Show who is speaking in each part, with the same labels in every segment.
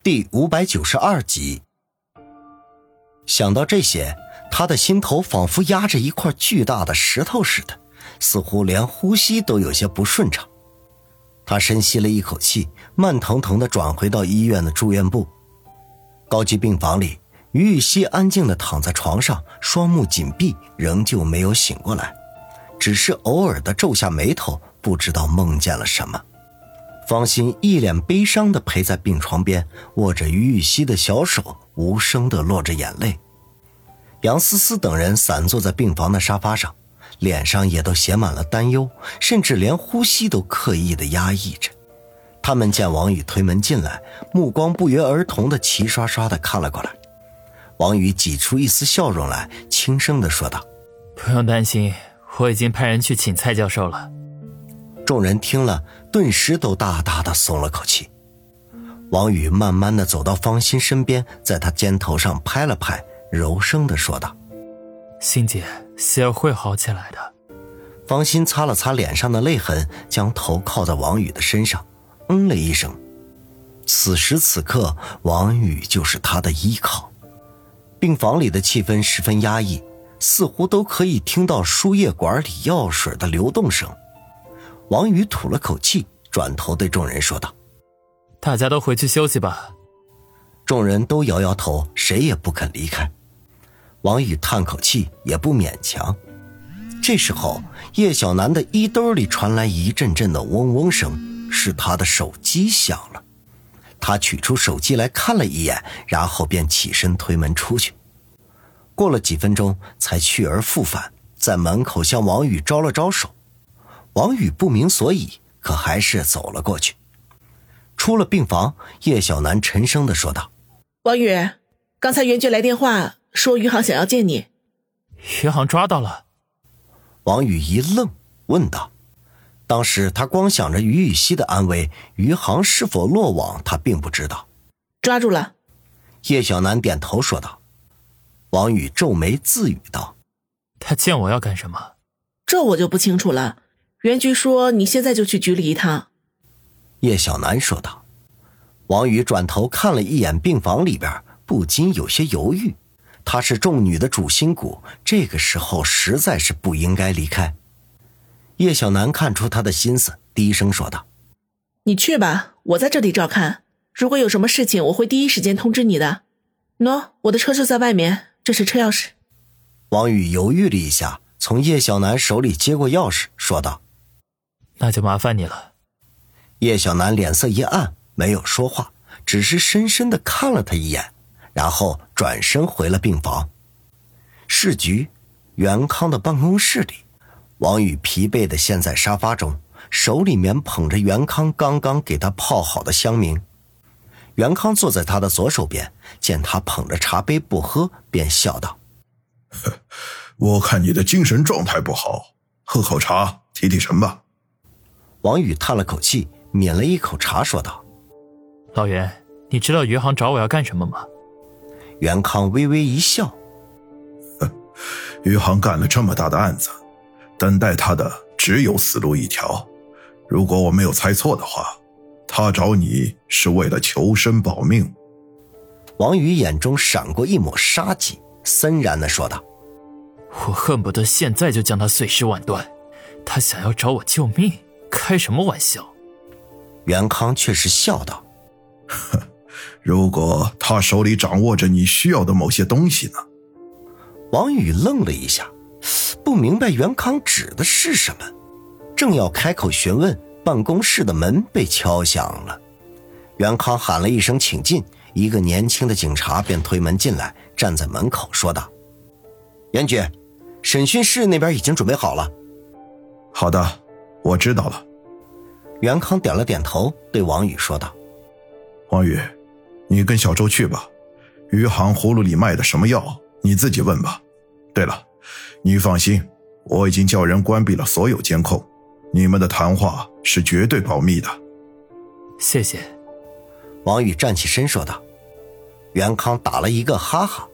Speaker 1: 第592集。想到这些，他的心头仿佛压着一块巨大的石头似的，似乎连呼吸都有些不顺畅。他深吸了一口气，慢腾腾地转回到医院的住院部。高级病房里，于雨溪安静地躺在床上，双目紧闭，仍旧没有醒过来，只是偶尔地皱下眉头，不知道梦见了什么。方心一脸悲伤地陪在病床边，握着于雨溪的小手，无声地落着眼泪。杨思思等人散坐在病房的沙发上，脸上也都写满了担忧，甚至连呼吸都刻意地压抑着。他们见王宇推门进来，目光不约而同地齐刷刷地看了过来。王宇挤出一丝笑容来，轻声地说道：
Speaker 2: 不用担心，我已经派人去请蔡教授了。
Speaker 1: 众人听了，顿时都大大的松了口气。王宇慢慢地走到方心身边，在他肩头上拍了拍，柔声地说道：
Speaker 2: 欣姐，希儿会好起来的。
Speaker 1: 方心擦了擦脸上的泪痕，将头靠在王宇的身上，了一声。此时此刻，王宇就是他的依靠。病房里的气氛十分压抑，似乎都可以听到输液管里药水的流动声。王宇吐了口气，转头对众人说道：
Speaker 2: 大家都回去休息吧。
Speaker 1: 众人都摇摇头，谁也不肯离开。王宇叹口气，也不勉强。这时候，叶小楠的衣兜里传来一阵阵的嗡嗡声，是他的手机响了。他取出手机来看了一眼，然后便起身推门出去。过了几分钟，才去而复返，在门口向王宇招了招手。王宇不明所以，可还是走了过去。出了病房，叶小楠沉声地说道：
Speaker 3: 王宇，刚才袁局来电话说余杭想要见你。
Speaker 2: 余杭抓到了。
Speaker 1: 王宇一愣，问道：当时他光想着于雨溪的安危，余杭是否落网他并不知道。
Speaker 3: 抓住了。
Speaker 1: 叶小楠点头说道。王宇皱眉自语道：
Speaker 2: 他见我要干什么？
Speaker 3: 这我就不清楚了，袁局说你现在就去局里一趟。
Speaker 1: 叶小楠说道。王宇转头看了一眼病房里边，不禁有些犹豫。她是众女的主心骨，这个时候实在是不应该离开。叶小楠看出他的心思，低声说道：
Speaker 3: 你去吧，我在这里照看，如果有什么事情我会第一时间通知你的。喏，我的车就在外面，这是车钥匙。
Speaker 1: 王宇犹豫了一下，从叶小楠手里接过钥匙，说道：
Speaker 2: 那就麻烦你了。
Speaker 1: 叶小楠脸色一暗，没有说话，只是深深地看了他一眼，然后转身回了病房。市局袁康的办公室里，王宇疲惫地陷在沙发中，手里面捧着袁康刚刚给他泡好的香茗。袁康坐在他的左手边，见他捧着茶杯不喝，便笑道：
Speaker 4: 我看你的精神状态不好，喝口茶提提神吧。
Speaker 1: 王宇叹了口气，抿了一口茶说道：
Speaker 2: 老袁，你知道余杭找我要干什么吗？
Speaker 1: 袁康微微一笑：
Speaker 4: 余杭干了这么大的案子，等待他的只有死路一条。如果我没有猜错的话，他找你是为了求生保命。
Speaker 1: 王宇眼中闪过一抹杀机，森然地说道：
Speaker 2: 我恨不得现在就将他碎尸万段，他想要找我救命，开什么玩笑。
Speaker 1: 袁康却是笑道：
Speaker 4: 如果他手里掌握着你需要的某些东西呢？
Speaker 1: 王宇愣了一下，不明白袁康指的是什么，正要开口询问，办公室的门被敲响了。袁康喊了一声请进，一个年轻的警察便推门进来，站在门口说道：袁局，审讯室那边已经准备好了。
Speaker 4: 好的，我知道了。
Speaker 1: 袁康点了点头，对王宇说道：
Speaker 4: 王宇，你跟小周去吧，余杭葫芦里卖的什么药你自己问吧。对了，你放心，我已经叫人关闭了所有监控，你们的谈话是绝对保密的。
Speaker 2: 谢谢。
Speaker 1: 王宇站起身说道。袁康打了一个哈哈：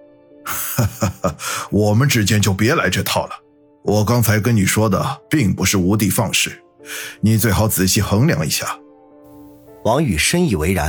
Speaker 4: 我们之间就别来这套了，我刚才跟你说的并不是无的放矢，你最好仔细衡量一下。
Speaker 1: 王宇深以为然，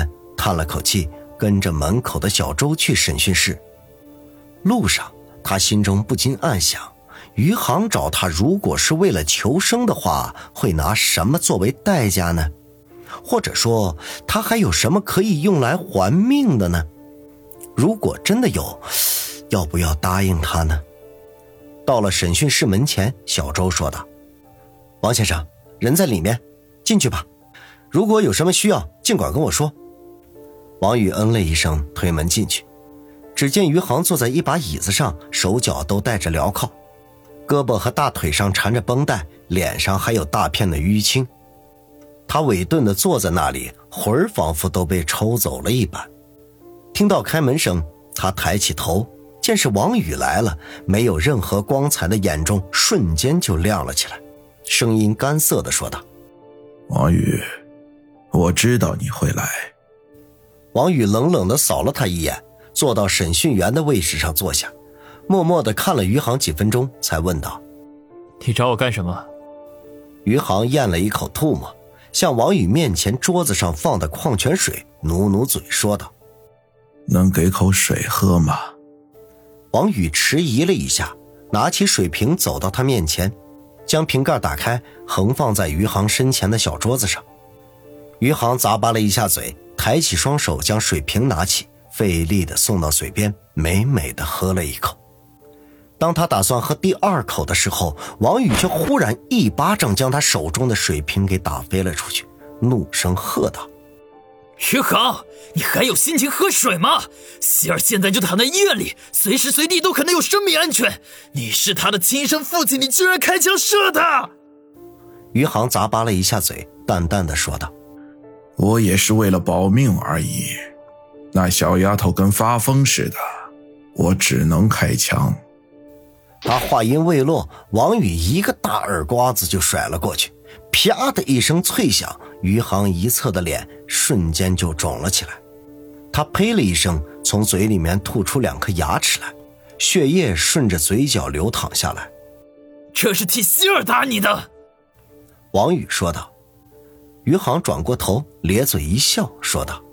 Speaker 1: 叹了口气，跟着门口的小周去审讯室。路上他心中不禁暗想，余杭找他如果是为了求生的话，会拿什么作为代价呢？或者说他还有什么可以用来还命的呢？如果真的有，要不要答应他呢？到了审讯室门前，小周说道：王先生，人在里面，进去吧，如果有什么需要尽管跟我说。王宇嗯了一声，推门进去，只见余杭坐在一把椅子上，手脚都戴着镣铐，胳膊和大腿上缠着绷带，脸上还有大片的淤青。他委顿地坐在那里，魂儿仿佛都被抽走了一般。听到开门声，他抬起头，见是王宇来了，没有任何光彩的眼中瞬间就亮了起来，声音干涩地说道：
Speaker 4: 王宇，我知道你会来。
Speaker 1: 王宇冷冷地扫了他一眼，坐到审讯员的位置上坐下，默默地看了余杭几分钟，才问道：
Speaker 2: 你找我干什么？
Speaker 1: 余杭咽了一口唾沫，向王宇面前桌子上放的矿泉水努努嘴说道：
Speaker 4: 能给口水喝吗？
Speaker 1: 王宇迟疑了一下，拿起水瓶走到他面前，将瓶盖打开，横放在余杭身前的小桌子上。余杭咂巴了一下嘴，抬起双手将水瓶拿起，费力地送到嘴边，美美地喝了一口。当他打算喝第二口的时候，王宇却忽然一巴掌将他手中的水瓶给打飞了出去，怒声喝道：
Speaker 2: 余杭，你还有心情喝水吗？希尔现在就躺在医院里，随时随地都可能有生命安全，你是他的亲生父亲，你居然开枪射他！
Speaker 1: 余杭咂巴了一下嘴，淡淡地说道：
Speaker 4: 我也是为了保命而已，那小丫头跟发疯似的，我只能开枪。
Speaker 1: 他话音未落，王宇一个大耳刮子就甩了过去，啪的一声脆响，余杭一侧的脸瞬间就肿了起来。他呸了一声，从嘴里面吐出2颗牙齿来，血液顺着嘴角流淌下来。
Speaker 2: 这是替希尔打你的，
Speaker 1: 王宇说道。余杭转过头，咧嘴一笑，说道：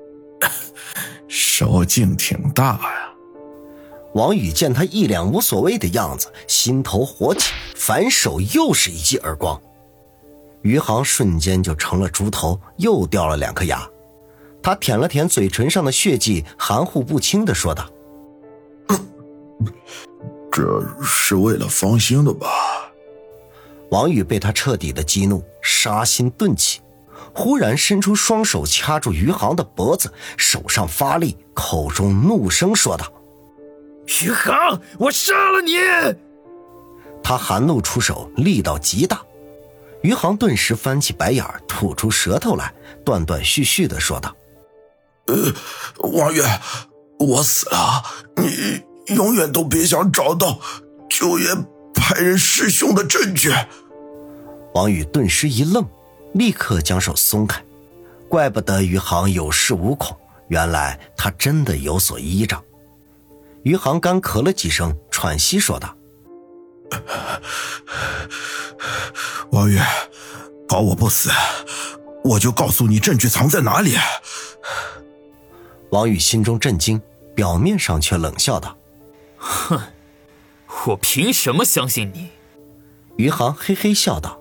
Speaker 4: 手劲挺大呀。
Speaker 1: 王宇见他一脸无所谓的样子，心头火起，反手又是一记耳光。余杭瞬间就成了猪头，又掉了2颗牙。他舔了舔嘴唇上的血迹，含糊不清地说道：
Speaker 4: 这是为了芳心的吧？
Speaker 1: 王宇被他彻底的激怒，杀心顿起，忽然伸出双手掐住余杭的脖子，手上发力，口中怒声说道：
Speaker 2: 余杭，我杀了你！
Speaker 1: 他含怒出手，力道极大。余杭顿时翻起白眼，吐出舌头来，断断续续地说道：
Speaker 4: 王月，我死了，你永远都别想找到九爷派人弑兄的证据。
Speaker 1: 王宇顿时一愣，立刻将手松开，怪不得余杭有恃无恐，原来他真的有所依仗。余杭干咳了几声，喘息说道：
Speaker 4: 王月，保我不死，我就告诉你证据藏在哪里。
Speaker 1: 王宇心中震惊，表面上却冷笑道：
Speaker 2: 哼，我凭什么相信你？
Speaker 1: 余杭嘿嘿笑道：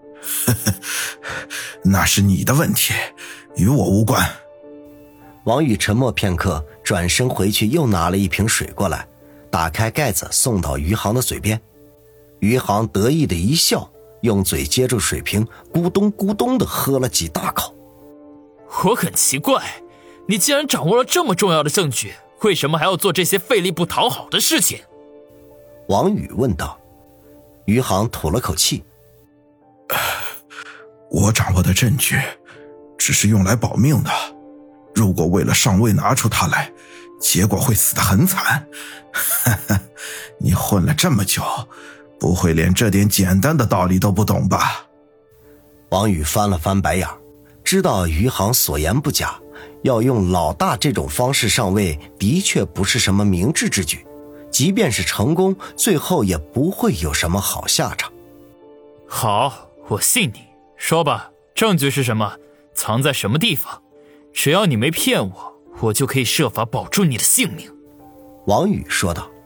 Speaker 4: 那是你的问题，与我无关。
Speaker 1: 王宇沉默片刻，转身回去又拿了一瓶水过来，打开盖子送到余杭的嘴边。余杭得意的一笑，用嘴接住水瓶，咕咚咕咚地喝了几大口。
Speaker 2: 我很奇怪，你既然掌握了这么重要的证据，为什么还要做这些费力不讨好的事情？
Speaker 1: 王宇问道。余杭吐了口气：
Speaker 4: 我掌握的证据只是用来保命的，如果为了上位拿出它来，结果会死得很惨。你混了这么久，不会连这点简单的道理都不懂吧？
Speaker 1: 王宇翻了翻白眼，知道余杭所言不假，要用老大这种方式上位的确不是什么明智之举，即便是成功，最后也不会有什么好下场。
Speaker 2: 好，我信你，说吧，证据是什么？藏在什么地方？ 只要你没骗我，我就可以设法保住你的性命。”
Speaker 1: 王宇说道。